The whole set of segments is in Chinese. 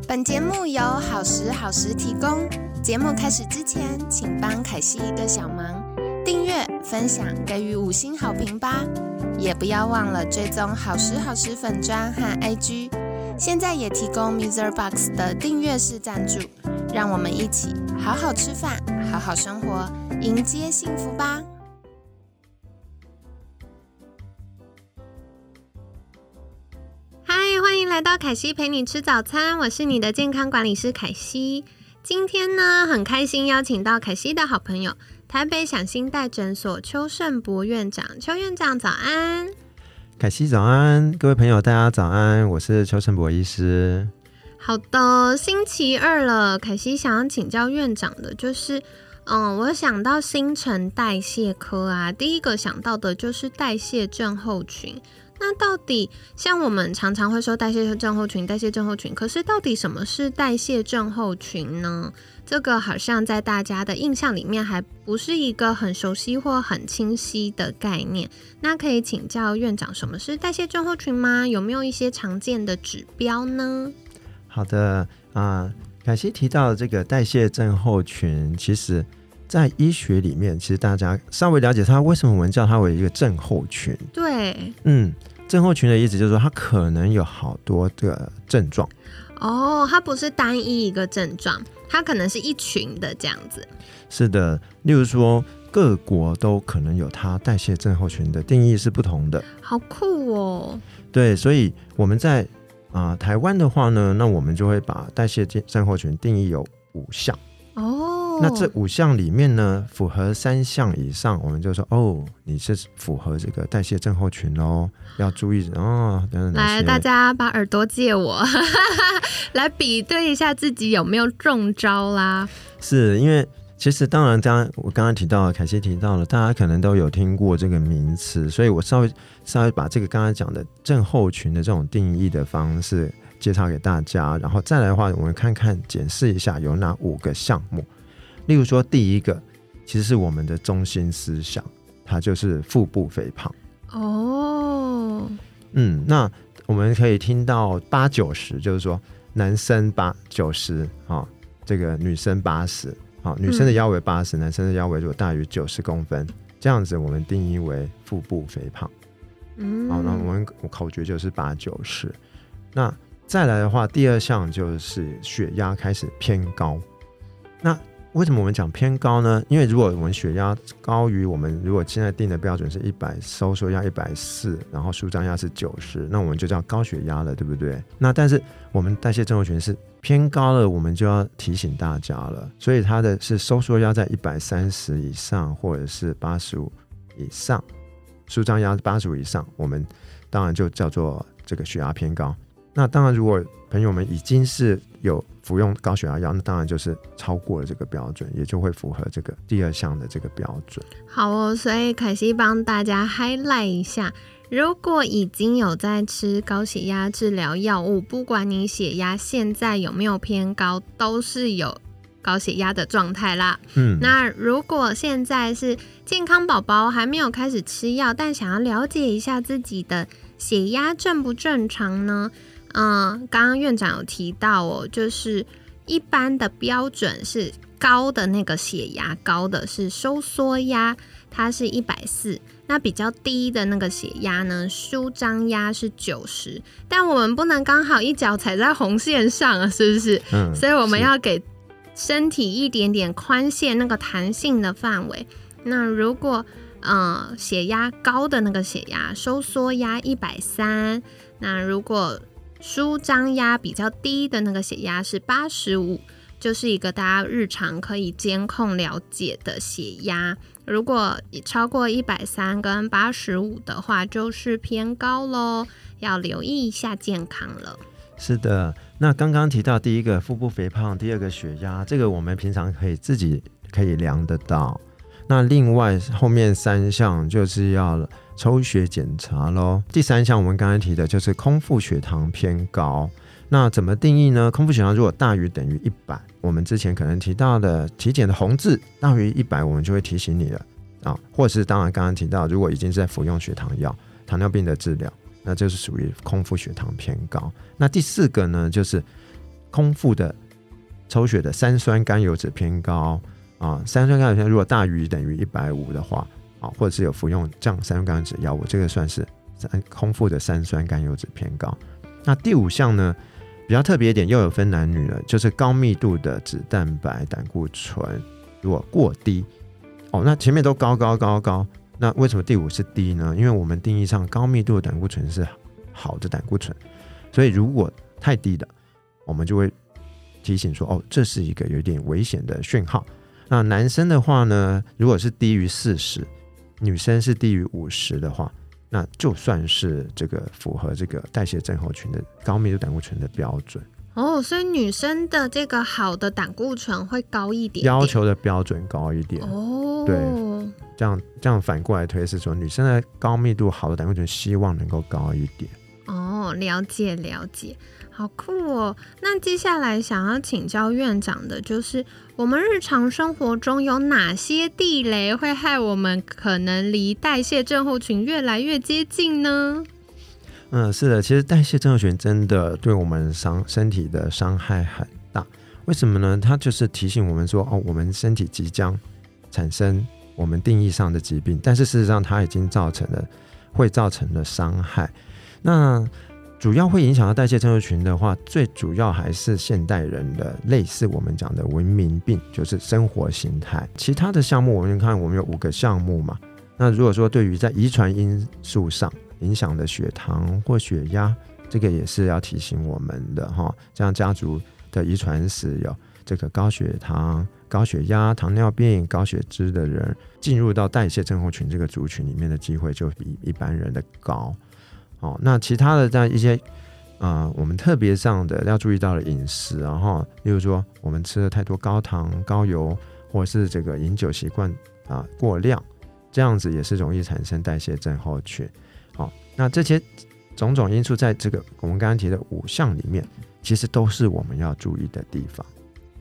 本节目由好时好时提供。节目开始之前，请帮凯西一个小忙，订阅、分享、给予5星好评吧。也不要忘了追踪好时好时粉专和 IG。现在也提供 MixerBox 的订阅式赞助，让我们一起好好吃饭，好好生活，迎接幸福吧。嗨，欢迎来到凯西陪你吃早餐，我是你的健康管理师凯西。今天呢，很开心邀请到凯西的好朋友，台北享心代诊所邱胜博院长。邱院长早安。 凯西早安，各位朋友大家早安，我是邱胜博医师。 好的，星期二了，凯西想要请教院长的就是我想到新陈代谢科啊，第一个想到的就是代谢症候群。那到底像我们常常会说代谢症候群，可是到底什么是代谢症候群呢？这个好像在大家的印象里面还不是一个很熟悉或很清晰的概念。那可以请教院长，什么是代谢症候群吗？有没有一些常见的指标呢？ 好的凯西提到的这个代谢症候群，其实在医学里面，其实大家稍微了解它，为什么我们叫它为一个症候群？ 对， 症候群的意思就是说，它可能有好多的症状。 它不是单一一个症状，它可能是一群的这样子。 是的，例如说各国都可能有它代谢症候群的定义是不同的。 好酷哦！ 对，所以我们在台湾的话呢，那我们就会把代谢症候群定义有5项。那这5项里面呢，符合3项以上，我们就说你是符合这个代谢症候群咯，要注意等等。 来，大家把耳朵借我来比对一下自己有没有中招啦。是因为其实当然我刚刚提到了，凯西提到了，大家可能都有听过这个名词，所以我稍微把这个刚才讲的症候群的这种定义的方式介绍给大家，然后再来的话，我们看看检视一下有哪5个项目。例如说第一个其实是我们的中心思想，它就是腹部肥胖。那我们可以听到80-90，就是说男生90这个女生80，女生的腰围80，男生的腰围如果大于90公分，这样子我们定义为腹部肥胖。那我们口诀就是80-90。那再来的话，第2项就是血压开始偏高。那为什么我们讲偏高呢？因为如果我们血压高于我们如果现在定的标准是100，收缩压140，然后舒张压是90，那我们就叫高血压了，对不对？那但是我们代谢症候群是偏高了，我们就要提醒大家了，所以它的是收缩压在130以上，或者是85以上，舒张压85以上，我们当然就叫做这个血压偏高。那当然如果朋友们已经是有服用高血压药，那当然就是超过了这个标准，也就会符合这个第2项的这个标准。 好哦，所以凯西帮大家 highlight 一下，如果已经有在吃高血压治疗药物，不管你血压现在有没有偏高，都是有高血压的状态啦。那如果现在是健康宝宝，还没有开始吃药，但想要了解一下自己的血压正不正常呢？刚刚院长有提到就是一般的标准是高的那个血压，高的是收缩压，它是140，那比较低的那个血压呢，舒张压是90，但我们不能刚好一脚踩在红线上啊，是不是？所以我们要给身体一点点宽限，那个弹性的范围。那如果血压高的那个血压，收缩压130，那如果舒张压比较低的那个血压是85，就是一个大家日常可以监控了解的血压。如果超过130跟85的话，就是偏高咯，要留意一下健康了。 是的，那刚刚提到第一个腹部肥胖，第2个血压，这个我们平常自己可以量得到。那另外后面3项就是要抽血检查咯。第3项我们刚才提的就是空腹血糖偏高。那怎么定义呢？空腹血糖如果大于等于100，我们之前可能提到的体检的红字大于100，我们就会提醒你了或者是当然刚刚提到，如果已经是在服用血糖药，糖尿病的治疗，那就是属于空腹血糖偏高。那第4个呢，就是空腹的抽血的三酸甘油酯偏高三酸甘油酯如果大于等于150的话或者是有服用降三酸甘油酯药物，这个算是空腹的三酸甘油酯偏高。那第5项呢比较特别一点，又有分男女了，就是高密度的脂蛋白胆固醇如果过低那前面都高，那为什么第5是低呢？因为我们定义上高密度的胆固醇是好的胆固醇，所以如果太低的，我们就会提醒说这是一个有点危险的讯号。那男生的话呢，如果是低于40，女生是低于50的话，那就算是这个符合这个代谢症候群的高密度胆固醇的标准。 所以女生的这个好的胆固醇会高一点点， 要求的标准高一点。对，这样反过来推是说，女生的高密度好的胆固醇希望能够高一点。 了解，好酷哦。那接下来想要请教院长的就是，我们日常生活中有哪些地雷会害我们可能离代谢症候群越来越接近呢？ 是的，其实代谢症候群真的对我们身体的伤害很大。为什么呢？它就是提醒我们说我们身体即将产生我们定义上的疾病，但是事实上它已经会造成了伤害。那主要会影响到代谢症候群的话，最主要还是现代人的类似我们讲的文明病，就是生活形态。其他的项目我们看，我们有5个项目嘛。那如果说对于在遗传因素上影响的血糖或血压，这个也是要提醒我们的像家族的遗传史有这个高血糖、高血压、糖尿病、高血脂的人，进入到代谢症候群这个族群里面的机会就比一般人的高。那其他的在一些我们特别上的要注意到的饮食例如说我们吃了太多高糖高油，或是这个饮酒习惯过量，这样子也是容易产生代谢症候群。那这些种种因素在这个我们刚刚提的5项里面，其实都是我们要注意的地方。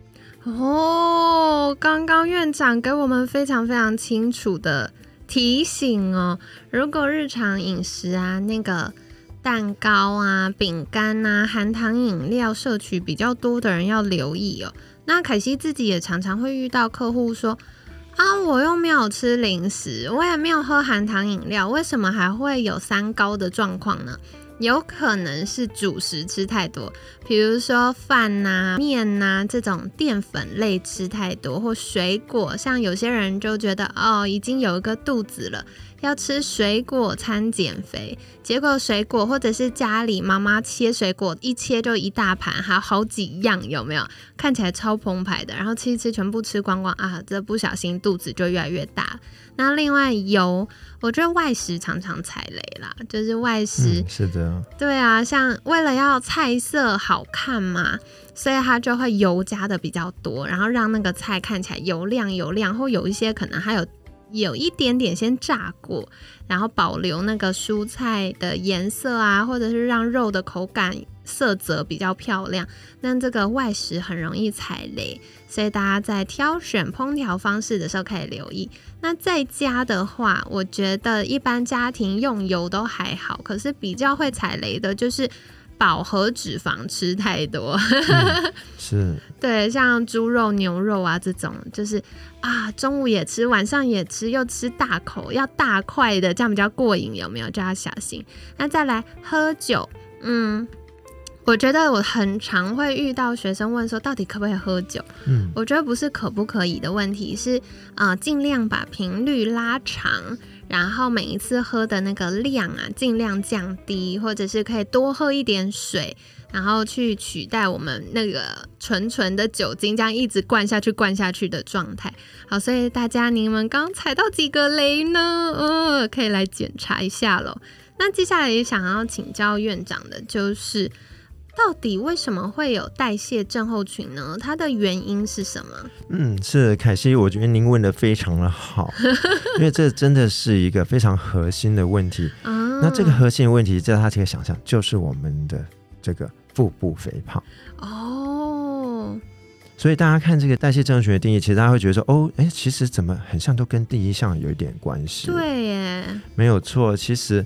刚刚院长给我们非常非常清楚的提醒如果日常饮食那个蛋糕饼干含糖饮料摄取比较多的人要留意那凯西自己也常常会遇到客户说我又没有吃零食，我也没有喝含糖饮料，为什么还会有三高的状况呢？有可能是主食吃太多，比如说饭面这种淀粉类吃太多，或水果，像有些人就觉得已经有一个肚子了，要吃水果餐减肥，结果水果或者是家里妈妈切水果一切就一大盘，还有好几样，有没有？看起来超澎湃的，然后吃一吃全部吃光光这不小心肚子就越来越大。那另外油，我觉得外食常常踩雷啦，就是外食是的， 对像为了要菜色好看嘛，所以它就会油加的比较多，然后让那个菜看起来油亮，或有一些可能还有一点点先炸过，然后保留那个蔬菜的颜色或者是让肉的口感色泽比较漂亮。那这个外食很容易踩雷，所以大家在挑选烹调方式的时候可以留意。那在家的话，我觉得一般家庭用油都还好，可是比较会踩雷的就是饱和脂肪吃太多是对，像猪肉牛肉这种，就是中午也吃晚上也吃，又吃大口要大块的，这样比较过瘾，有没有？就要小心。那再来喝酒，我觉得我很常会遇到学生问说到底可不可以喝酒，我觉得不是可不可以的问题，是尽量把频率拉长，然后每一次喝的那个量尽量降低，或者是可以多喝一点水，然后去取代我们那个纯的酒精，这样一直灌下去的状态。好，所以大家你们刚踩到几个雷呢？可以来检查一下咯。那接下来也想要请教院长的就是到底为什么会有代谢症候群呢？它的原因是什么？ 是凯西，我觉得您问得非常的好因为这真的是一个非常核心的问题那这个核心的问题，在他这个想象就是我们的这个腹部肥胖所以大家看这个代谢症候群的定义，其实大家会觉得说其实怎么很像都跟第一项有一点关系。 对耶， 没有错。其实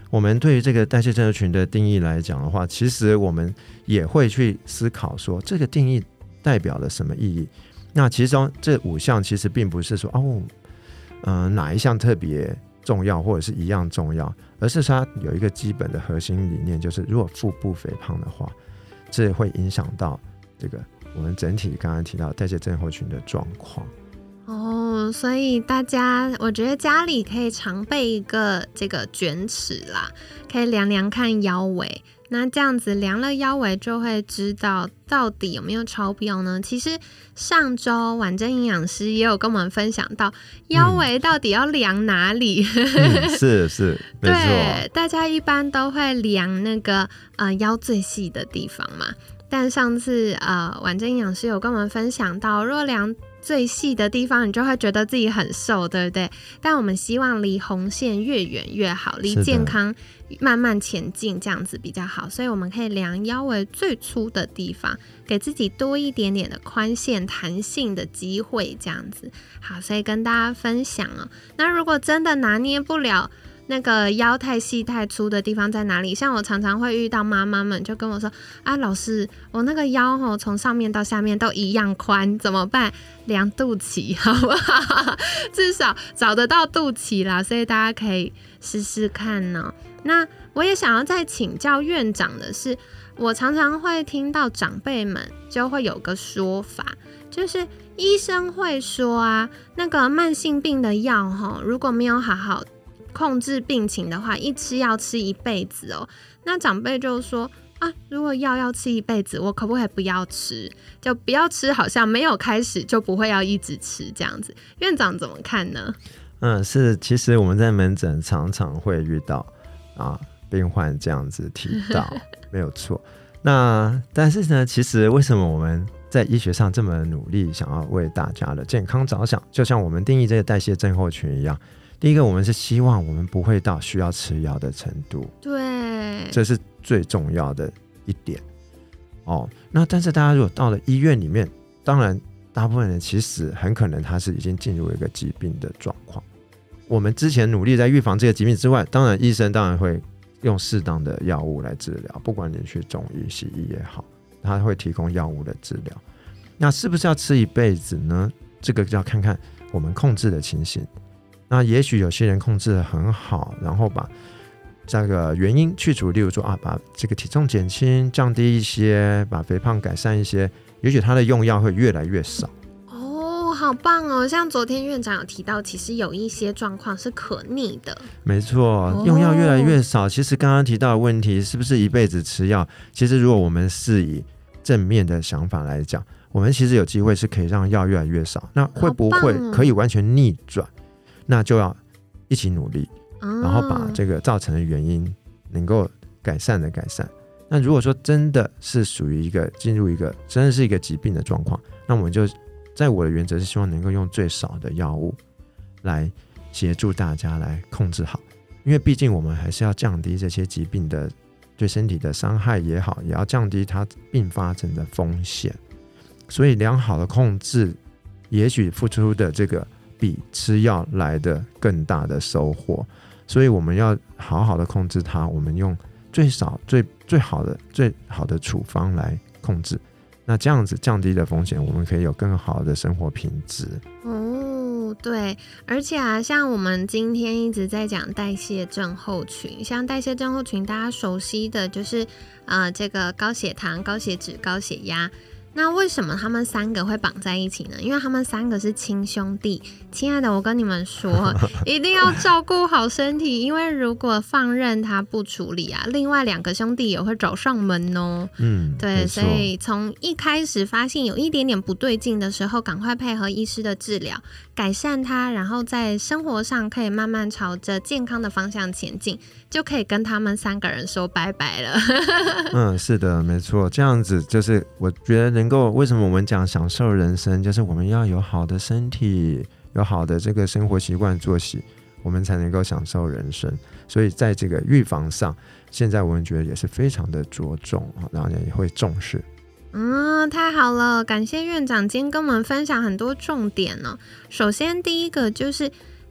我们对于这个代谢症候群的定义来讲的话，其实我们也会去思考说这个定义代表了什么意义。那其中这5项其实并不是说哪一项特别重要或者是一样重要，而是它有一个基本的核心理念，就是如果腹部肥胖的话，这会影响到这个我们整体刚刚提到代谢症候群的状况。 所以大家我觉得家里可以常备一个这个卷尺啦，可以量量看腰围，那这样子量了腰围就会知道到底有没有超标呢？其实上周婉珍营养师也有跟我们分享到腰围到底要量哪里。 是没错， 对，大家一般都会量那个腰最细的地方嘛，但上次婉珍营养师有跟我们分享到，若量最细的地方，你就会觉得自己很瘦，对不对？但我们希望离红线越远越好，离健康慢慢前进，这样子比较好。所以我们可以量腰围最粗的地方，给自己多一点点的宽限弹性的机会，这样子。好，所以跟大家分享哦。那如果真的拿捏不了那个腰太细太粗的地方在哪里？像我常常会遇到妈妈们就跟我说老师，我那个腰从上面到下面都一样宽，怎么办？量肚脐好不好？至少找得到肚脐啦，所以大家可以试试看呢。那我也想要再请教院长的是，我常常会听到长辈们就会有个说法，就是医生会说那个慢性病的药如果没有好好控制病情的话，一吃要吃一辈子哦。那长辈就说如果药要吃一辈子，我可不可以不要吃？就不要吃，好像没有开始就不会要一直吃这样子。院长怎么看呢？ 是，其实我们在门诊常常会遇到病患这样子提到，没有错。那但是呢，其实为什么我们在医学上这么努力，想要为大家的健康着想？就像我们定义这个代谢症候群一样。第一个，我们是希望我们不会到需要吃药的程度， 对， 这是最重要的一点那但是大家如果到了医院里面，当然大部分人其实很可能他是已经进入一个疾病的状况。我们之前努力在预防这个疾病之外，当然医生当然会用适当的药物来治疗，不管你去中医西医也好，他会提供药物的治疗。那是不是要吃一辈子呢？这个就要看看我们控制的情形。那也许有些人控制得很好，然后把这个原因去除，例如说把这个体重减轻降低一些，把肥胖改善一些，也许他的用药会越来越少。 好棒哦！像昨天院长有提到，其实有一些状况是可逆的。 没错，用药越来越少。其实刚刚提到的问题是不是一辈子吃药？其实如果我们是以正面的想法来讲，我们其实有机会是可以让药越来越少。那会不会可以完全逆转？那就要一起努力，然后把这个造成的原因能够改善的改善。那如果说真的是属于进入一个真的是一个疾病的状况，那我们就在我的原则是希望能够用最少的药物来协助大家来控制好，因为毕竟我们还是要降低这些疾病的对身体的伤害也好，也要降低它并发症的风险。所以良好的控制，也许付出的这个比吃药来的更大的收获。所以我们要好好的控制它，我们用最少最好的处方来控制。那这样子降低的风险，我们可以有更好的生活品质。 对，而且像我们今天一直在讲代谢症候群，像代谢症候群大家熟悉的就是这个高血糖、高血脂、高血压。那为什么他们3个会绑在一起呢？因为他们3个是亲兄弟。亲爱的，我跟你们说，一定要照顾好身体，因为如果放任他不处理另外2个兄弟也会找上门哦。对，所以从一开始发现有一点点不对劲的时候，赶快配合医师的治疗，改善它，然后在生活上可以慢慢朝着健康的方向前进，就可以跟他们3个人说拜拜了。 是的，没错，这样子就是我觉得能够，为什么我们讲享受人生，就是我们要有好的身体，有好的这个生活习惯作息，我们才能够享受人生。所以在这个预防上，现在我们觉得也是非常的着重，然后也会重视。 太好了，感谢院长今天跟我们分享很多重点哦。首先第一个就是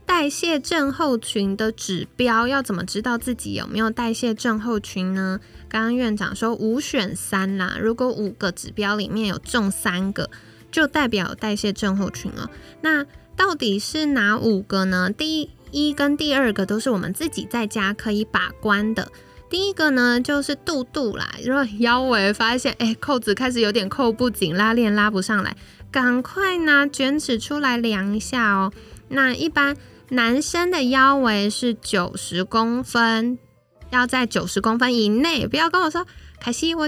代谢症候群的指标要怎么知道自己有没有代谢症候群呢？刚刚院长说5选3啦，如果5个指标里面有中3个，就代表有代谢症候群了。那到底是哪5个呢？第一跟第2个都是我们自己在家可以把关的。第一个呢就是肚肚啦，如果腰围发现扣子开始有点扣不紧，拉链拉不上来，赶快拿卷尺出来量一下哦。那一般男生的腰围是90公分，要在90公分以内，不要跟我说凯西我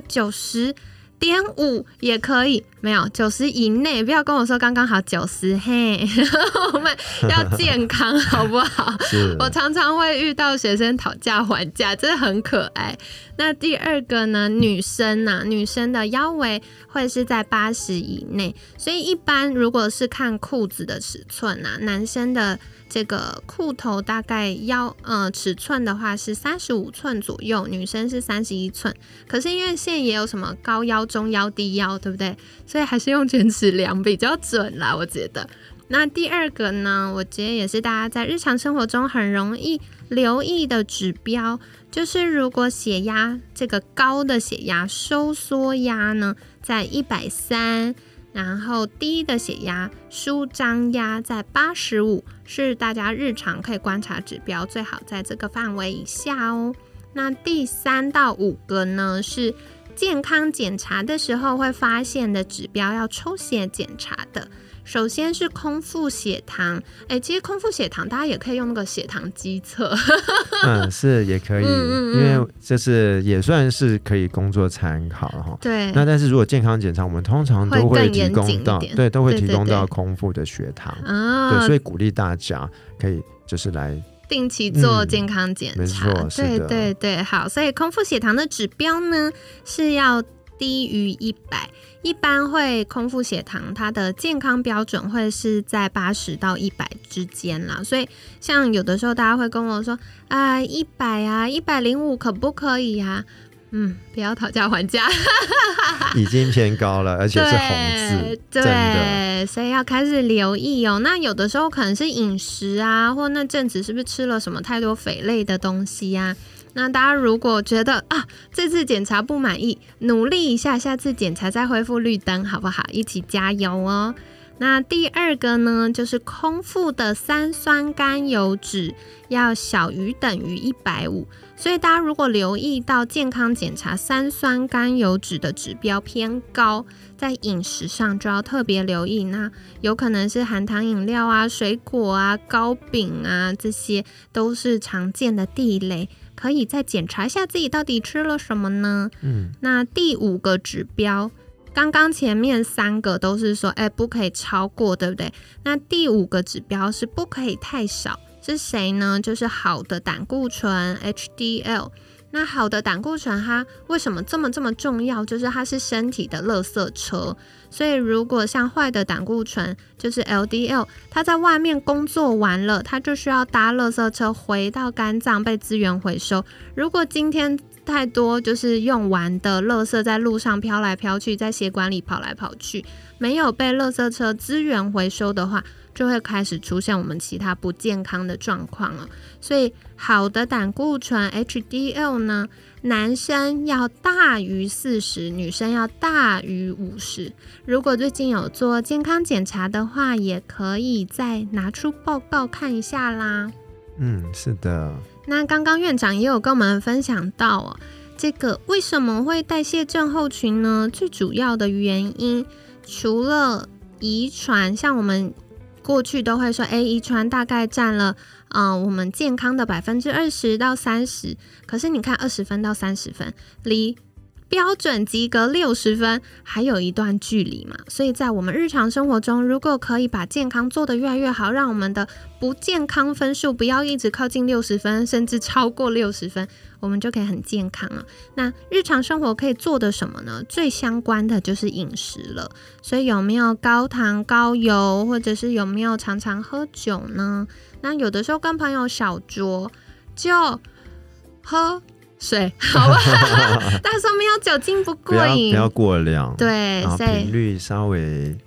90.5也可以，没有90以内，不要跟我说刚刚好90，嘿，我们要健康好不好？我常常会遇到学生讨价还价，真的很可爱。那第2个呢，女生的腰围会是在80以内，所以一般如果是看裤子的尺寸男生的这个裤头大概尺寸的话是35寸左右，女生是31寸。可是因为现在也有什么高腰、中腰、低腰，对不对？所以还是用卷尺量比较准啦，我觉得。那第2个呢，我觉得也是大家在日常生活中很容易留意的指标，就是如果血压这个高的血压收缩压呢在130，然后低的血压舒张压在85，是大家日常可以观察指标，最好在这个范围以下哦。那第3到5个呢是健康检查的时候会发现的指标，要抽血检查的。首先是空腹血糖，其实空腹血糖大家也可以用那个血糖机测是也可以，因为这是也算是可以工作参考哈。 对， 那但是如果健康检查，我们通常都会提供到，对，都会提供到空腹的血糖，对，所以鼓励大家可以就是来定期做健康检查， 没错，是的， 对对对，好，所以空腹血糖的指标呢是要低于100，一般会空腹血糖它的健康标准会是在80到100之间啦，所以像有的时候大家会跟我说100啊105可不可以啊？不要讨价还价已经偏高了，而且是红字， 对，所以要开始留意哦。那有的时候可能是饮食啊，或那阵子是不是吃了什么太多肥类的东西啊？那大家如果觉得这次检查不满意，努力一下，下次检查再恢复绿灯好不好？一起加油哦。那第2个呢，就是空腹的3酸甘油酯要小于等于150，所以大家如果留意到健康检查3酸甘油酯的指标偏高，在饮食上就要特别留意，那有可能是含糖饮料啊、水果啊、糕饼啊，这些都是常见的地雷，可以再检查一下自己到底吃了什么呢？那第5个指标，刚刚前面3个都是说不可以超过，对不对？那第5个指标是不可以太少，是谁呢？就是好的胆固醇 HDL。那好的胆固醇它为什么这么重要？就是它是身体的垃圾车，所以如果像坏的胆固醇就是 LDL， 它在外面工作完了，它就需要搭垃圾车回到肝脏被资源回收。如果今天太多就是用完的垃圾在路上飘来飘去，在血管里跑来跑去，没有被垃圾车资源回收的话，就会开始出现我们其他不健康的状况了。所以好的胆固醇 HDL 呢，男生要大于40，女生要大于50。如果最近有做健康检查的话，也可以再拿出报告看一下啦。 是的。 那刚刚院长也有跟我们分享到这个为什么会代谢症候群呢？最主要的原因除了遗传，像我们过去都会说遗传大概占了我们健康的20%到30%，可是你看20分到30分离标准及格60分还有一段距离嘛，所以在我们日常生活中，如果可以把健康做得越来越好，让我们的不健康分数不要一直靠近60分，甚至超过60分，我们就可以很健康了。那日常生活可以做的什么呢？最相关的就是饮食了，所以有没有高糖高油，或者是有没有常常喝酒呢？那有的时候跟朋友小酌就喝水好吧但是说没有酒精不过瘾， 不要过量， 对， 然后频率稍微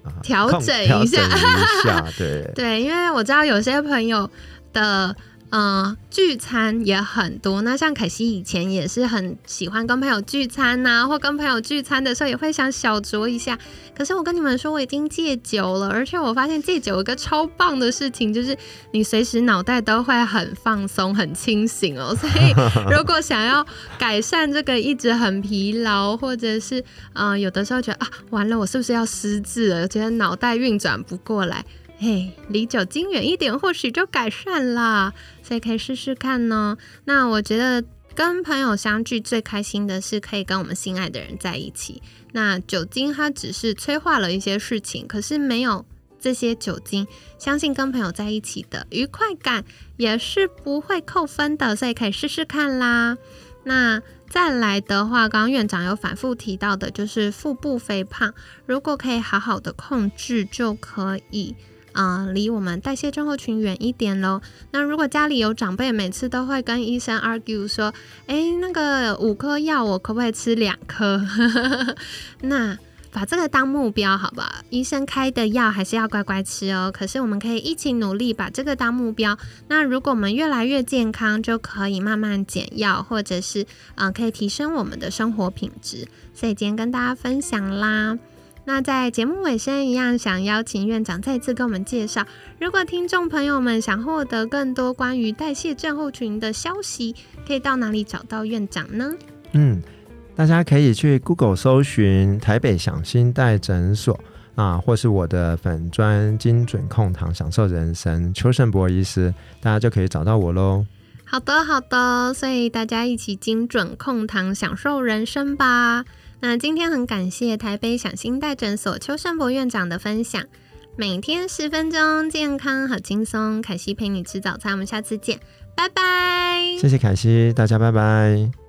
调整一下对对，因为我知道有些朋友的聚餐也很多，那像凯西以前也是很喜欢跟朋友聚餐啊，或跟朋友聚餐的时候也会想小酌一下。可是我跟你们说，我已经戒酒了，而且我发现戒酒有一个超棒的事情，就是你随时脑袋都会很放松、很清醒哦。所以如果想要改善这个一直很疲劳，或者是有的时候觉得完了，我是不是要失智了？觉得脑袋运转不过来。嘿，离酒精远一点，或许就改善啦，所以可以试试看呢。那我觉得跟朋友相聚最开心的是可以跟我们心爱的人在一起。那酒精它只是催化了一些事情，可是没有这些酒精，相信跟朋友在一起的愉快感也是不会扣分的，所以可以试试看啦。那再来的话，刚刚院长有反复提到的就是腹部肥胖，如果可以好好的控制，就可以离我们代谢症候群远一点咯。那如果家里有长辈每次都会跟医生 argue 说那个5颗药我可不可以吃2颗那把这个当目标好吧，医生开的药还是要乖乖吃哦，可是我们可以一起努力把这个当目标。那如果我们越来越健康，就可以慢慢减药，或者是可以提升我们的生活品质。所以今天跟大家分享啦。那在节目尾声一样，想邀请院长再次跟我们介绍，如果听众朋友们想获得更多关于代谢症候群的消息，可以到哪里找到院长呢？ 大家可以去 Google 搜寻台北享新代诊所或是我的粉专精准控糖享受人生邱胜博医师，大家就可以找到我咯。 好的，所以大家一起精准控糖享受人生吧。那今天很感谢台北享新代诊所邱胜博院长的分享，每天10分钟，健康好轻松，凯西陪你吃早餐，我们下次见，拜拜。 谢谢凯西，大家拜拜。